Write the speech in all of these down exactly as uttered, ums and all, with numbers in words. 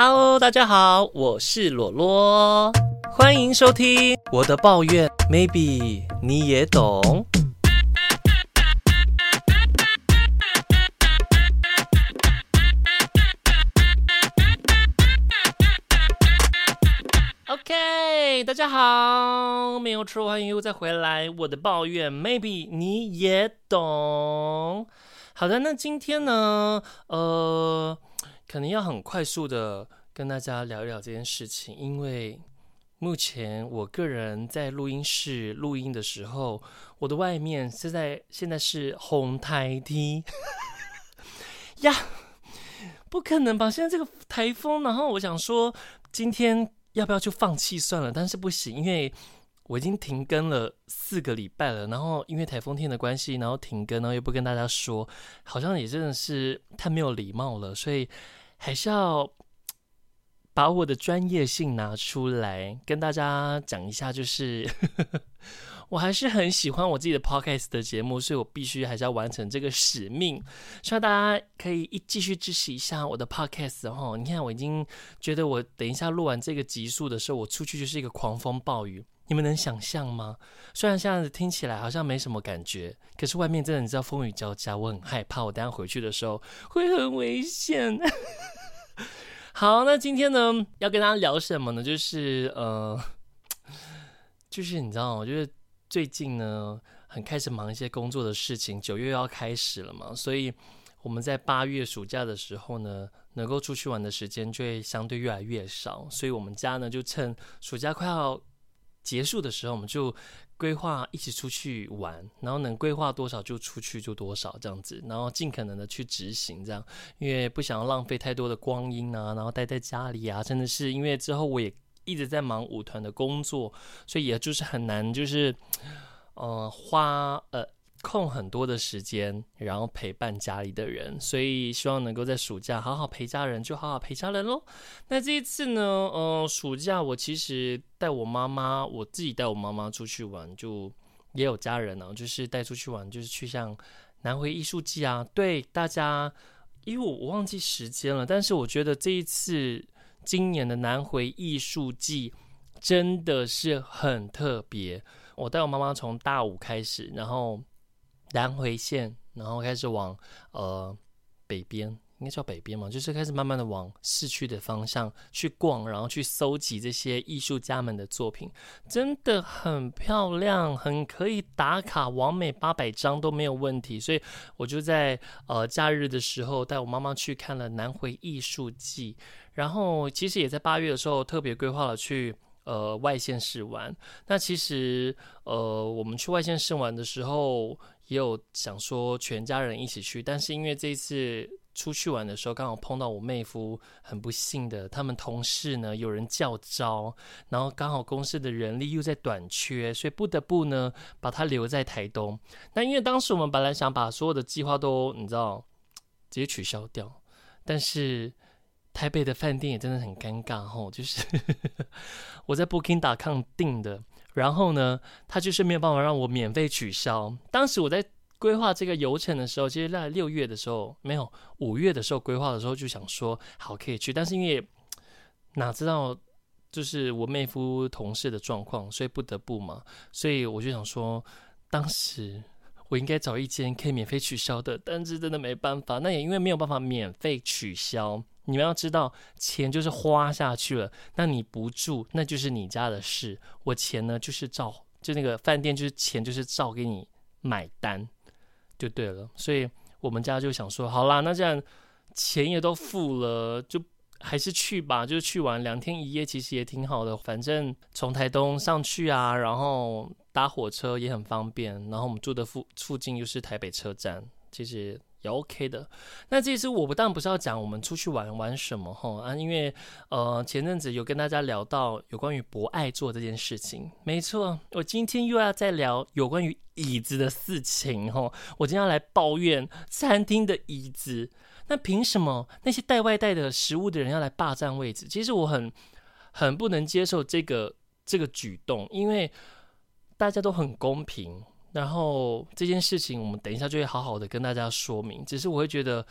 Hello， 大家好，我是罗罗，欢迎收听我的抱怨 ，maybe 你也懂。OK， 大家好，没有错，欢迎又再回来，我的抱怨 ，maybe 你也懂。好的，那今天呢，呃。可能要很快速的跟大家聊一聊这件事情，因为目前我个人在录音室录音的时候，我的外面是在现在是红台梯呀，不可能吧？现在这个台风，然后我想说今天要不要就放弃算了，但是不行，因为我已经停更了四个礼拜了，然后因为台风天的关系，然后停更，然后又不跟大家说，好像也真的是太没有礼貌了，所以还是要把我的专业性拿出来跟大家讲一下，就是呵呵我还是很喜欢我自己的 podcast 的节目，所以我必须还是要完成这个使命，希望大家可以继续支持一下我的 podcast 哦。你看我已经觉得我等一下录完这个集数的时候，我出去就是一个狂风暴雨，你们能想象吗？虽然这样子听起来好像没什么感觉，可是外面真的你知道风雨交加，我很害怕我等一下回去的时候会很危险好，那今天呢要跟大家聊什么呢？就是呃，就是你知道我觉得最近呢很开始忙一些工作的事情，九月要开始了嘛，所以我们在八月暑假的时候呢，能够出去玩的时间就会相对越来越少，所以我们家呢就趁暑假快要结束的时候，我们就规划一起出去玩，然后能规划多少就出去就多少这样子，然后尽可能的去执行这样，因为不想要浪费太多的光阴啊，然后待在家里啊，真的是因为之后我也一直在忙舞团的工作，所以也就是很难就是呃花呃空很多的时间，然后陪伴家里的人，所以希望能够在暑假好好陪家人，就好好陪家人咯。那这一次呢，呃，暑假我其实带我妈妈，我自己带我妈妈出去玩，就也有家人啊，就是带出去玩，就是去像南回艺术季啊。对大家，因为我我忘记时间了，但是我觉得这一次今年的南回艺术季真的是很特别。我带我妈妈从大武开始，然后南回线，然后开始往呃北边，应该叫北边嘛，就是开始慢慢的往市区的方向去逛，然后去搜集这些艺术家们的作品，真的很漂亮，很可以打卡，完美八百张都没有问题。所以我就在呃假日的时候带我妈妈去看了南回艺术季，然后其实也在八月的时候特别规划了去呃外县市玩。那其实呃我们去外县市玩的时候，也有想说全家人一起去，但是因为这一次出去玩的时候刚好碰到我妹夫，很不幸的他们同事呢有人教招，然后刚好公司的人力又在短缺，所以不得不呢把他留在台东。那因为当时我们本来想把所有的计划都你知道直接取消掉，但是台北的饭店也真的很尴尬吼，就是我在 booking 点 com 订的，然后呢他就是没有办法让我免费取消。当时我在规划这个游程的时候，其实在六月的时候没有五月的时候规划的时候就想说好可以去，但是因为哪知道就是我妹夫同事的状况，所以不得不嘛，所以我就想说当时我应该找一间可以免费取消的，但是真的没办法，那也因为没有办法免费取消，你们要知道钱就是花下去了，那你不住那就是你家的事，我钱呢就是照就那个饭店就是钱就是照给你买单就对了，所以我们家就想说好啦，那这样钱也都付了，就还是去吧，就是去玩两天一夜其实也挺好的，反正从台东上去啊，然后搭火车也很方便，然后我们住的 附, 附近就是台北车站，其实也 OK 的。那这次我当然不是要讲我们出去玩玩什么啊，因为呃前阵子有跟大家聊到有关于博爱座这件事情，没错，我今天又要再聊有关于椅子的事情齁，我今天要来抱怨餐厅的椅子。那凭什么那些带外带的食物的人要来霸占位置？其实我很很不能接受这个这个举动，因为大家都很公平，然后这件事情我们等一下就会好好的跟大家说明。只是我会觉得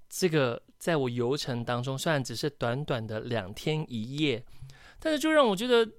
这个在我游程当中，虽然只是短短的两天一夜，但是就让我觉得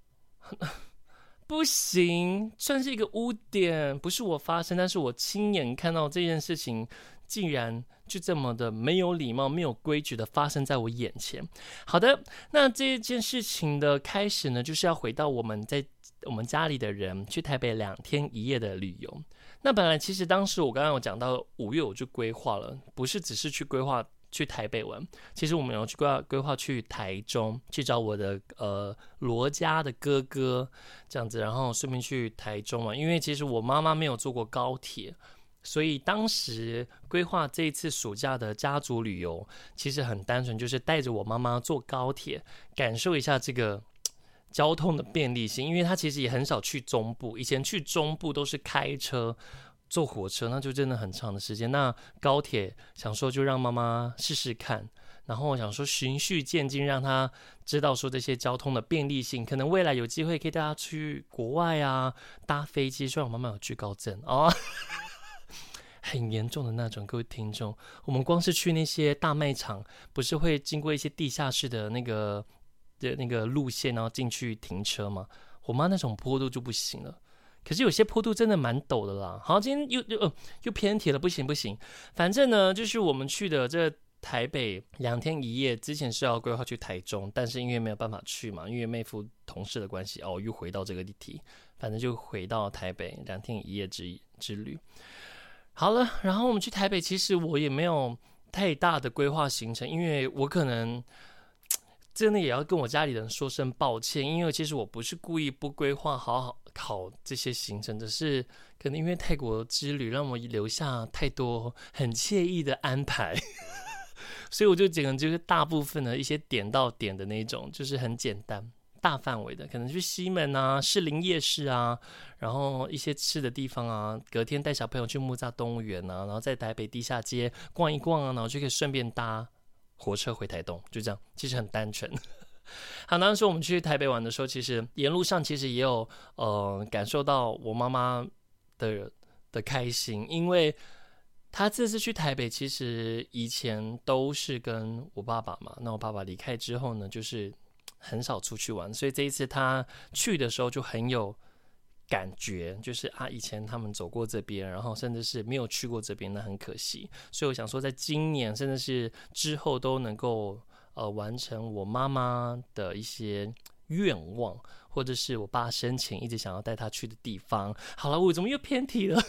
不行，算是一个污点，不是我发生，但是我亲眼看到这件事情竟然就这么的没有礼貌、没有规矩的发生在我眼前。好的，那这件事情的开始呢，就是要回到我们在我们家里的人去台北两天一夜的旅游。那本来其实当时我刚刚有讲到五月我就规划了，不是只是去规划去台北玩，其实我们有去规划规划去台中去找我的呃罗家的哥哥这样子，然后顺便去台中嘛，因为其实我妈妈没有坐过高铁，所以当时规划这一次暑假的家族旅游，其实很单纯，就是带着我妈妈坐高铁，感受一下这个交通的便利性，因为她其实也很少去中部，以前去中部都是开车坐火车，那就真的很长的时间。那高铁想说就让妈妈试试看，然后我想说循序渐进，让她知道说这些交通的便利性，可能未来有机会可以带她去国外啊，搭飞机。虽然我妈妈有惧高症哦，很严重的那种。各位听众，我们光是去那些大卖场，不是会经过一些地下室的那个的那个路线，然后进去停车吗？我妈那种坡度就不行了。可是有些坡度真的蛮陡的啦。好，今天又又、呃、又偏题了，不行不行。反正呢，就是我们去的这台北两天一夜，之前是要规划去台中，但是因为没有办法去嘛，因为妹夫同事的关系，哦，又回到这个议题，反正就回到台北两天一夜之之旅。好了，然后我们去台北，其实我也没有太大的规划行程，因为我可能真的也要跟我家里人说声抱歉，因为其实我不是故意不规划好好考这些行程，只是可能因为泰国之旅让我留下太多很惬意的安排所以我就整个就是大部分的一些点到点的那种，就是很简单大范围的，可能去西门啊、士林夜市啊，然后一些吃的地方啊，隔天带小朋友去木栅动物园啊，然后在台北地下街逛一逛啊，然后就可以顺便搭火车回台东，就这样，其实很单纯好，当时我们去台北玩的时候，其实沿路上其实也有呃感受到我妈妈的的开心，因为她这次去台北，其实以前都是跟我爸爸嘛，那我爸爸离开之后呢，就是很少出去玩，所以这一次她去的时候就很有感觉，就是啊，以前他们走过这边，然后甚至是没有去过这边，那很可惜。所以我想说，在今年甚至是之后都能够呃完成我妈妈的一些愿望，或者是我爸生前一直想要带他去的地方。好了，我怎么又偏题了？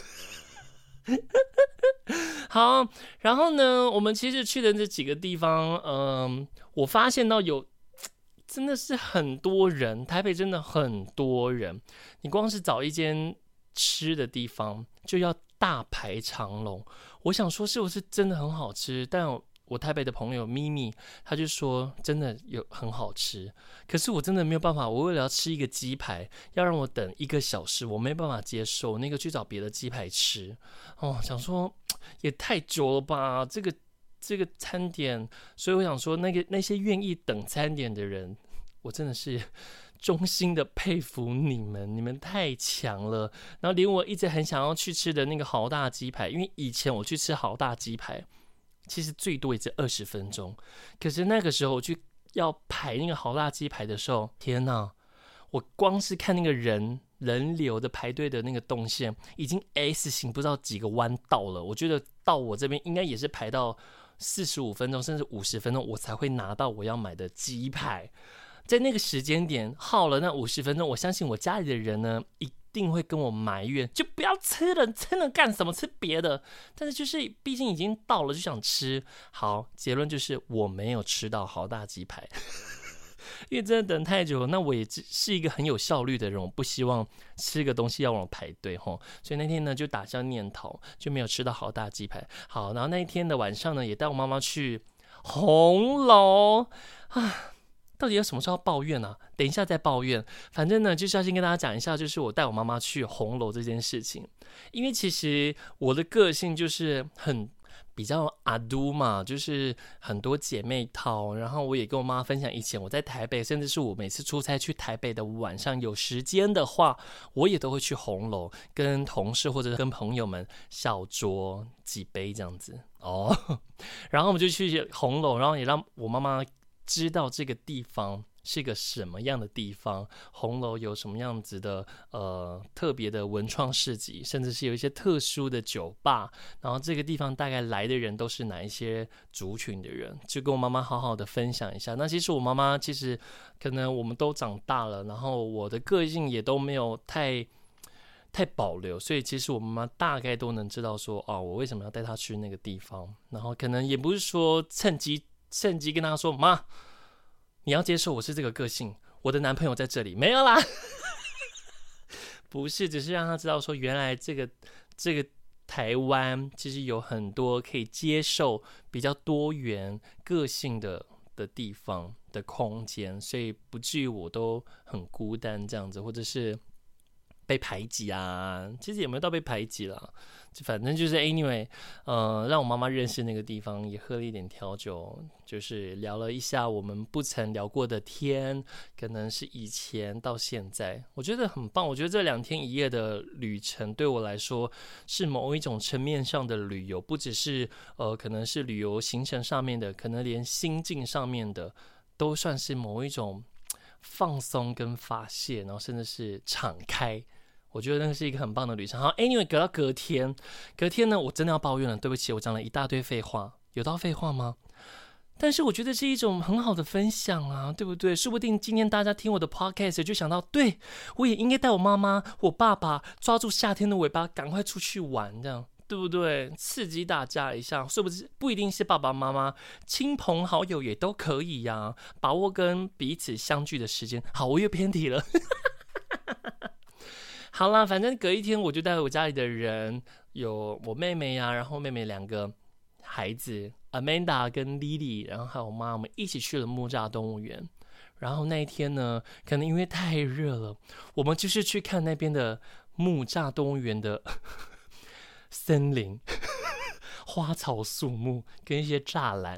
好，然后呢，我们其实去的这几个地方，嗯、呃，我发现到有。真的是很多人，台北真的很多人，你光是找一间吃的地方就要大排长龙。我想说是不是真的很好吃，但我台北的朋友咪咪他就说真的有很好吃，可是我真的没有办法，我为了要吃一个鸡排要让我等一个小时，我没办法接受，那个去找别的鸡排吃哦，想说也太久了吧这个这个餐点，所以我想说那个那些愿意等餐点的人，我真的是衷心的佩服你们，你们太强了。然后连我一直很想要去吃的那个豪大鸡排，因为以前我去吃豪大鸡排其实最多也只二十分钟，可是那个时候我去要排那个豪大鸡排的时候，天哪，我光是看那个人人流的排队的那个动线已经 S 型不知道几个弯道了，我觉得到我这边应该也是排到四十五分钟甚至五十分钟我才会拿到我要买的鸡排。在那个时间点耗了那五十分钟，我相信我家里的人呢一定会跟我埋怨，就不要吃了，吃了干什么，吃别的。但是就是毕竟已经到了就想吃。好，结论就是我没有吃到豪大鸡排因为真的等太久了，那我也是一个很有效率的人，我不希望吃个东西要让我排队齁，所以那天呢就打消念头，就没有吃到豪大鸡排。好，然后那一天的晚上呢，也带我妈妈去红楼啊。到底有什么时候要抱怨啊？等一下再抱怨。反正呢，就是要先跟大家讲一下，就是我带我妈妈去红楼这件事情。因为其实我的个性就是很比较阿都嘛，就是很多姐妹淘，然后我也跟我妈分享，以前我在台北，甚至是我每次出差去台北的晚上有时间的话，我也都会去红楼跟同事或者跟朋友们小酌几杯这样子哦。然后我们就去红楼，然后也让我妈妈知道这个地方是一个什么样的地方，红楼有什么样子的呃特别的文创市集，甚至是有一些特殊的酒吧，然后这个地方大概来的人都是哪一些族群的人，就跟我妈妈好好的分享一下。那其实我妈妈其实可能我们都长大了，然后我的个性也都没有太太保留，所以其实我妈妈大概都能知道说，哦，我为什么要带她去那个地方，然后可能也不是说趁机趁机跟她说，妈，你要接受我是这个个性，我的男朋友在这里，没有啦。不是，只是让他知道说，原来这个这个台湾其实有很多可以接受比较多元个性的的地方的空间，所以不至于我都很孤单这样子，或者是被排挤啊，其实也没有到被排挤啦，就反正就是 anyway， 呃，让我妈妈认识那个地方，也喝了一点调酒，就是聊了一下我们不曾聊过的天，可能是以前到现在，我觉得很棒。我觉得这两天一夜的旅程对我来说是某一种层面上的旅游，不只是呃，可能是旅游行程上面的，可能连心境上面的，都算是某一种放松跟发泄，然后甚至是敞开。我觉得那个是一个很棒的旅程。好 ，anyway， 隔到隔天，隔天呢，我真的要抱怨了，对不起，我讲了一大堆废话，有到废话吗？但是我觉得是一种很好的分享啊，对不对？说不定今天大家听我的 podcast 就想到，对，我也应该带我妈妈、我爸爸抓住夏天的尾巴，赶快出去玩，这样对不对？刺激大家一下，是不是？不一定是爸爸妈妈，亲朋好友也都可以呀、啊，把握跟彼此相聚的时间。好，我又偏题了。好啦，反正隔一天我就带我家里的人，有我妹妹呀、啊，然后妹妹两个孩子 Amanda 跟 Lily， 然后还有我妈，我们一起去了木栅动物园。然后那一天呢，可能因为太热了，我们就是去看那边的木栅动物园的森林、花草树木跟一些栅栏。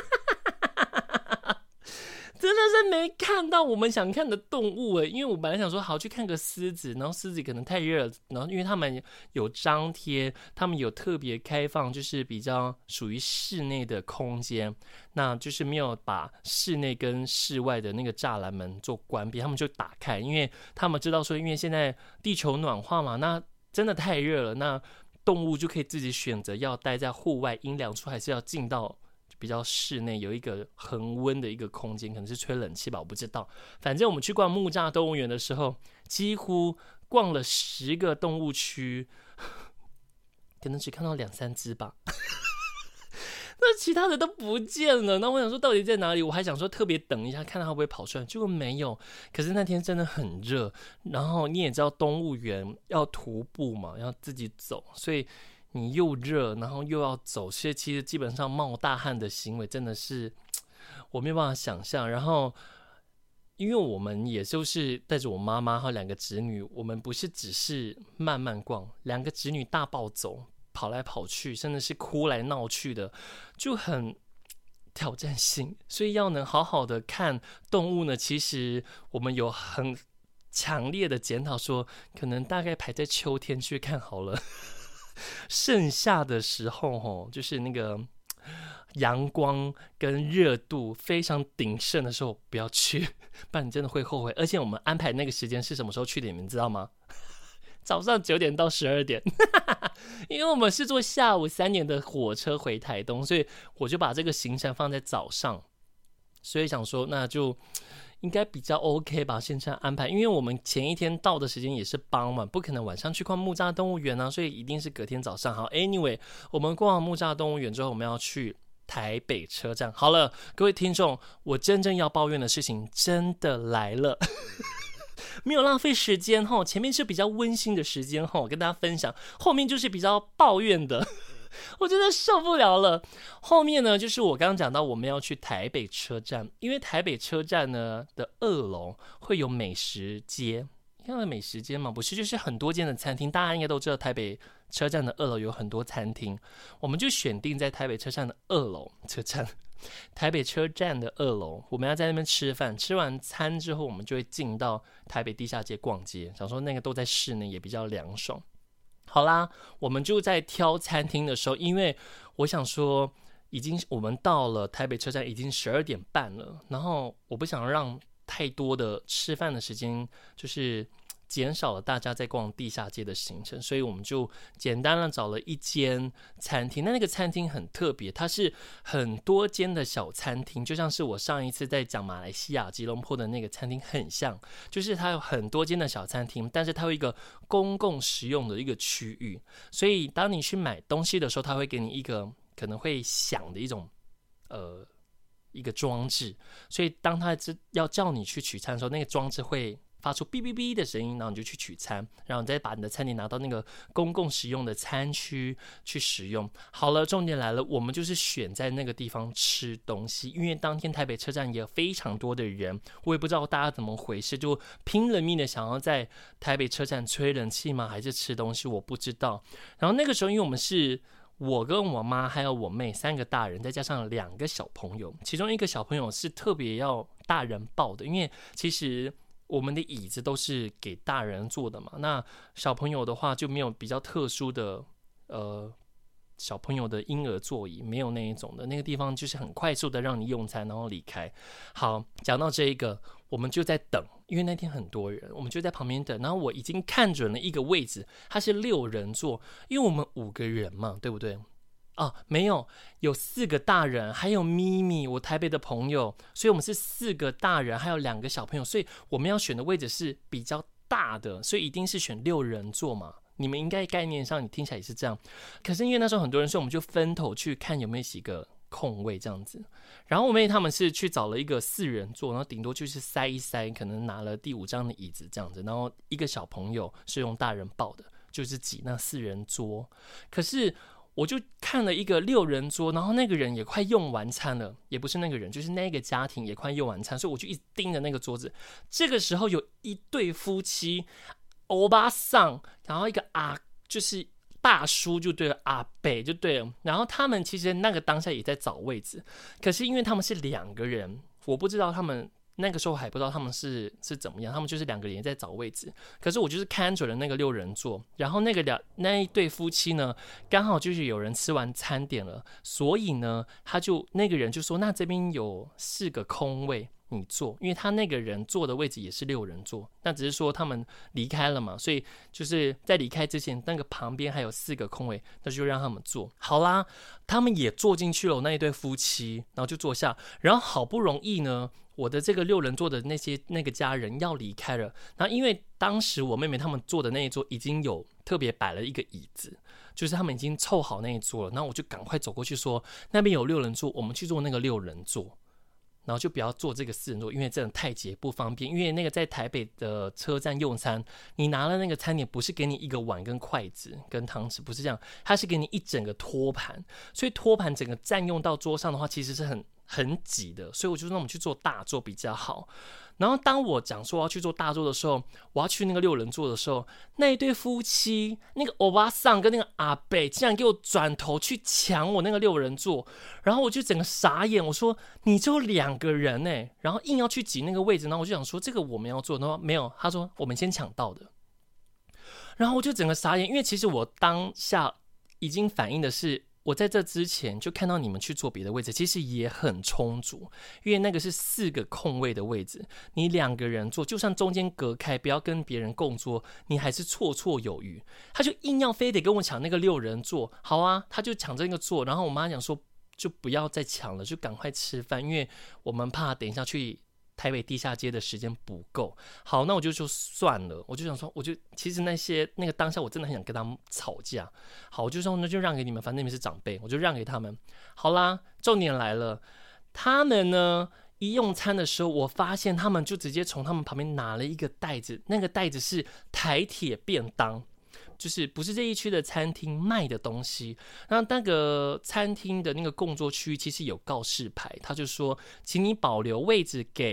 真的是没看到我们想看的动物耶，因为我本来想说好去看个狮子，然后狮子可能太热了，然后因为他们有张贴，他们有特别开放，就是比较属于室内的空间，那就是没有把室内跟室外的那个栅栏门做关闭，他们就打开，因为他们知道说，因为现在地球暖化嘛，那真的太热了，那动物就可以自己选择要待在户外阴凉处，还是要进到比较室内有一个恒温的一个空间，可能是吹冷气吧，我不知道。反正我们去逛木栅动物园的时候，几乎逛了十个动物区，可能只看到两三只吧。那其他的都不见了。那我想说到底在哪里？我还想说特别等一下看它会不会跑出来，结果没有。可是那天真的很热，然后你也知道动物园要徒步嘛，要自己走，所以你又热，然后又要走，所以其实基本上冒大汗的行为真的是我没有办法想象。然后因为我们也就是带着我妈妈和两个侄女，我们不是只是慢慢逛，两个侄女大暴走，跑来跑去，甚至是哭来闹去的，就很挑战性。所以要能好好的看动物呢，其实我们有很强烈的检讨说，可能大概排在秋天去看好了。盛夏的时候吼，就是那个阳光跟热度非常鼎盛的时候不要去，不然你真的会后悔。而且我们安排那个时间是什么时候去的，你们知道吗？早上九点到十二点。因为我们是坐下午三点的火车回台东，所以我就把这个行程放在早上，所以想说那就应该比较 OK 吧，现在安排。因为我们前一天到的时间也是傍晚，不可能晚上去逛木栅动物园啊，所以一定是隔天早上。好 anyway， 我们逛完木栅动物园之后，我们要去台北车站。好了，各位听众，我真正要抱怨的事情真的来了。没有浪费时间，前面是比较温馨的时间跟大家分享，后面就是比较抱怨的。我真的受不了了。后面呢，就是我刚刚讲到我们要去台北车站，因为台北车站呢的二楼会有美食街， 应该美食街嘛，不是，就是很多间的餐厅，大家应该都知道台北车站的二楼有很多餐厅，我们就选定在台北车站的二楼，车站台北车站的二楼，我们要在那边吃饭，吃完餐之后，我们就会进到台北地下街逛街，想说那个都在室内也比较凉爽。好啦，我们就在挑餐厅的时候，因为我想说，已经我们到了台北车站已经十二点半了，然后我不想让太多的吃饭的时间，就是减少了大家在逛地下街的行程，所以我们就简单的找了一间餐厅。那那个餐厅很特别，它是很多间的小餐厅，就像是我上一次在讲马来西亚吉隆坡的那个餐厅很像，就是它有很多间的小餐厅，但是它有一个公共食用的一个区域，所以当你去买东西的时候，它会给你一个可能会响的一种呃一个装置，所以当它要叫你去取餐的时候，那个装置会发出哔哔哔的声音，然后你就去取餐，然后你再把你的餐点拿到那个公共使用的餐区去使用。好了，重点来了，我们就是选在那个地方吃东西，因为当天台北车站也有非常多的人，我也不知道大家怎么回事，就拼了命的想要在台北车站吹冷气吗？还是吃东西？我不知道。然后那个时候，因为我们是我跟我妈还有我妹三个大人，再加上两个小朋友，其中一个小朋友是特别要大人抱的，因为其实我们的椅子都是给大人坐的嘛，那小朋友的话就没有比较特殊的呃小朋友的婴儿座椅，没有那一种的，那个地方就是很快速的让你用餐然后离开。好，讲到这一个，我们就在等，因为那天很多人，我们就在旁边等，然后我已经看准了一个位置，它是六人座，因为我们五个人嘛，对不对？啊，没有，有四个大人，还有咪咪，我台北的朋友，所以我们是四个大人，还有两个小朋友，所以我们要选的位置是比较大的，所以一定是选六人座嘛。你们应该概念上你听起来也是这样，可是因为那时候很多人，所以我们就分头去看有没有几个空位这样子。然后我妹他们是去找了一个四人座，然后顶多就是塞一塞，可能拿了第五张的椅子这样子，然后一个小朋友是用大人抱的，就是挤那四人桌。可是我就看了一个六人桌，然后那个人也快用完餐了，也不是那个人，就是那个家庭也快用完餐，所以我就一直盯着那个桌子。这个时候有一对夫妻，欧巴桑，然后一个啊，就是大叔就对了，阿伯就对了，然后他们其实那个当下也在找位置，可是因为他们是两个人，我不知道他们。那个时候还不知道他们是是怎么样，他们就是两个人在找位置，可是我就是看准了那个六人座，然后那个两那一对夫妻呢，刚好就是有人吃完餐点了，所以呢，他就那个人就说，那这边有四个空位。你坐，因为他那个人坐的位置也是六人座，那只是说他们离开了嘛，所以就是在离开之前，那个旁边还有四个空位，那就让他们坐。好啦，他们也坐进去了，那一对夫妻，然后就坐下，然后好不容易呢，我的这个六人座的那些那个家人要离开了，然后因为当时我妹妹他们坐的那一桌已经有特别摆了一个椅子，就是他们已经凑好那一桌了，然后我就赶快走过去说，那边有六人座，我们去坐那个六人座。然后就不要坐这个四人座，因为真的太挤不方便。因为那个在台北的车站用餐，你拿了那个餐点，不是给你一个碗跟筷子跟汤匙，不是这样，它是给你一整个托盘。所以托盘整个占用到桌上的话，其实是很很挤的。所以我就说我们去坐大座比较好。然后当我讲说要去坐大座的时候，我要去那个六人座的时候，那一对夫妻，那个欧巴桑跟那个阿伯竟然给我转头去抢我那个六人座，然后我就整个傻眼，我说你只有两个人耶，然后硬要去挤那个位置，然后我就想说这个我们要坐，然后没有，他说我们先抢到的，然后我就整个傻眼，因为其实我当下已经反应的是。我在这之前就看到你们去坐别的位置，其实也很充足，因为那个是四个空位的位置，你两个人坐，就算中间隔开，不要跟别人共桌，你还是绰绰有余。他就硬要非得跟我抢那个六人座，好啊，他就抢这个座，然后我妈讲说就不要再抢了，就赶快吃饭，因为我们怕等一下去台北地下街的时间不够。好，那我就说算了，我就想说，我就其实那些那个当下我真的很想跟他们吵架。好，我就说那就让给你们，反正你们是长辈，我就让给他们。好啦，重点来了，他们呢一用餐的时候，我发现他们就直接从他们旁边拿了一个袋子，那个袋子是台铁便当。就是不是这一区的餐厅卖的东西，那那个餐厅的那个供桌区域其实有告示牌，他就说请你保留位置给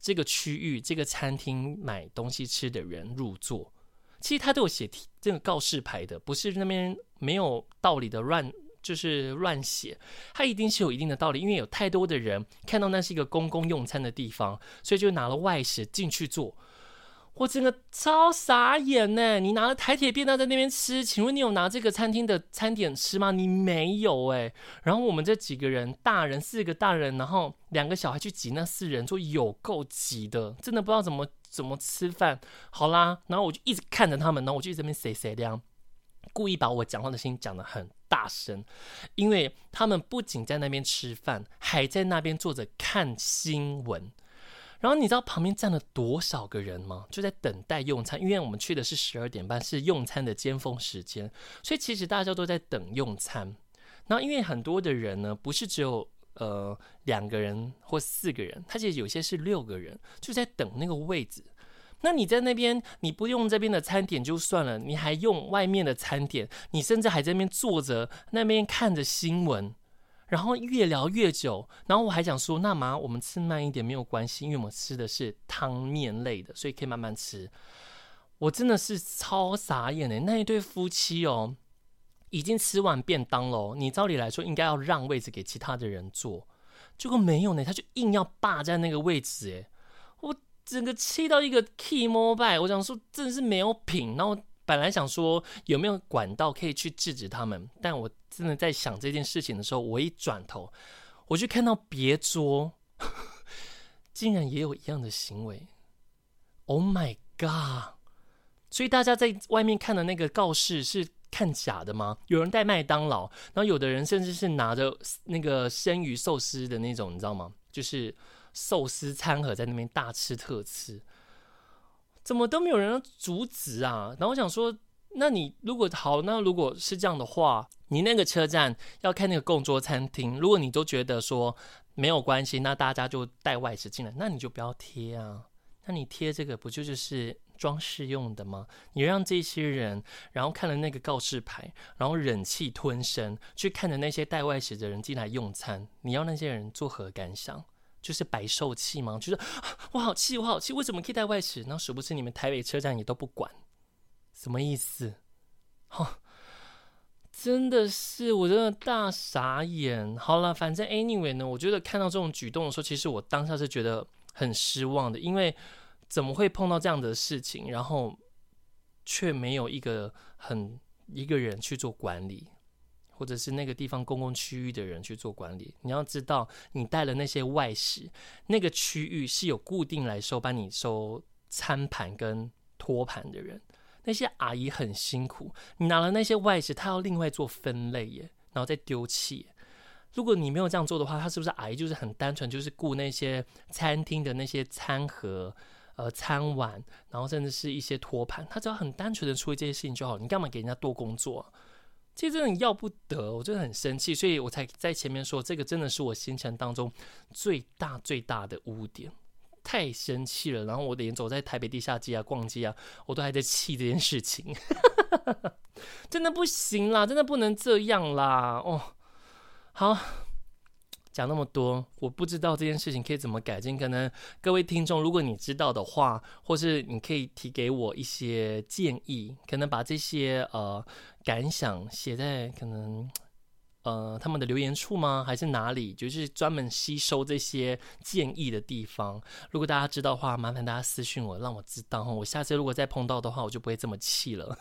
这个区域这个餐厅买东西吃的人入座。其实他都有写这个告示牌的，不是那边没有道理的乱就是乱写，他一定是有一定的道理，因为有太多的人看到那是一个公共用餐的地方，所以就拿了外食进去做。我真的超傻眼呢！你拿了台铁便当在那边吃，请问你有拿这个餐厅的餐点吃吗？你没有哎。然后我们这几个人，大人四个大人，然后两个小孩去挤那四人桌，有够挤的，真的不知道怎么怎么吃饭。好啦，然后我就一直看着他们，然后我就一直在那边谁谁亮，故意把我讲话的声音讲得很大声，因为他们不仅在那边吃饭，还在那边坐着看新闻。然后你知道旁边站了多少个人吗？就在等待用餐，因为我们去的是十二点半，是用餐的尖峰时间，所以其实大家都在等用餐。然后因为很多的人呢，不是只有呃两个人或四个人，他其实有些是六个人，就在等那个位置。那你在那边，你不用这边的餐点就算了，你还用外面的餐点，你甚至还在那边坐着，那边看着新闻。然后越聊越久，然后我还想说，那妈我们吃慢一点没有关系，因为我们吃的是汤面类的，所以可以慢慢吃。我真的是超傻眼的，那一对夫妻哦，已经吃完便当了，你照理来说应该要让位置给其他的人坐，结果没有呢，他就硬要霸占那个位置，哎，我整个气到一个 key mobile， 我想说真的是没有品，然后本来想说有没有管道可以去制止他们，但我真的在想这件事情的时候，我一转头，我就看到别桌竟然也有一样的行为。Oh my god！ 所以大家在外面看的那个告示是看假的吗？有人带麦当劳，然后有的人甚至是拿着那个生鱼寿司的那种，你知道吗？就是寿司餐盒在那边大吃特吃。怎么都没有人阻止啊？然后我想说，那你如果好，那如果是这样的话，你那个车站要看那个供桌餐厅，如果你都觉得说没有关系，那大家就带外食进来，那你就不要贴啊。那你贴这个不就就是装饰用的吗？你让这些人，然后看了那个告示牌，然后忍气吞声去看着那些带外食的人进来用餐，你要那些人作何感想？就是白受气吗？就是、啊、我好气，我好气，为什么可以带外食？然后殊不知你们台北车站也都不管，什么意思？哦，真的是我真的大傻眼。好了，反正 anyway 呢，我觉得看到这种举动的时候，其实我当下是觉得很失望的，因为怎么会碰到这样的事情，然后却没有一个很一个人去做管理。或者是那个地方公共区域的人去做管理，你要知道，你带了那些外食，那个区域是有固定来收帮你收餐盘跟托盘的人，那些阿姨很辛苦，你拿了那些外食，她要另外做分类耶，然后再丢弃耶。如果你没有这样做的话，她是不是阿姨就是很单纯，就是顾那些餐厅的那些餐盒、呃餐碗，然后甚至是一些托盘，她只要很单纯的处理这些事情就好，你干嘛给人家多工作啊？其实真的要不得，我真的很生气，所以我才在前面说，这个真的是我行程当中最大最大的污点，太生气了。然后我连走在台北地下街啊、逛街啊，我都还在气这件事情，真的不行啦，真的不能这样啦。哦，好。讲那么多，我不知道这件事情可以怎么改进。可能各位听众，如果你知道的话，或是你可以提给我一些建议，可能把这些呃感想写在可能呃他们的留言处吗？还是哪里？就是专门吸收这些建议的地方。如果大家知道的话，麻烦大家私讯我，让我知道。我下次如果再碰到的话，我就不会这么气了。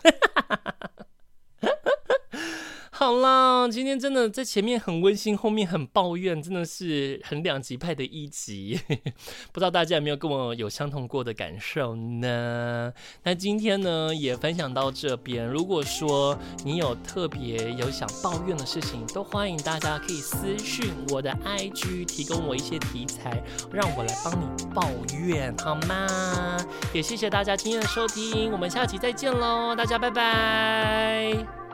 好啦，今天真的在前面很温馨，后面很抱怨，真的是很两极派的一集。不知道大家有没有跟我有相同过的感受呢？那今天呢也分享到这边。如果说你有特别有想抱怨的事情，都欢迎大家可以私讯我的 I G， 提供我一些题材，让我来帮你抱怨，好吗？也谢谢大家今天的收听，我们下期再见咯，大家拜拜。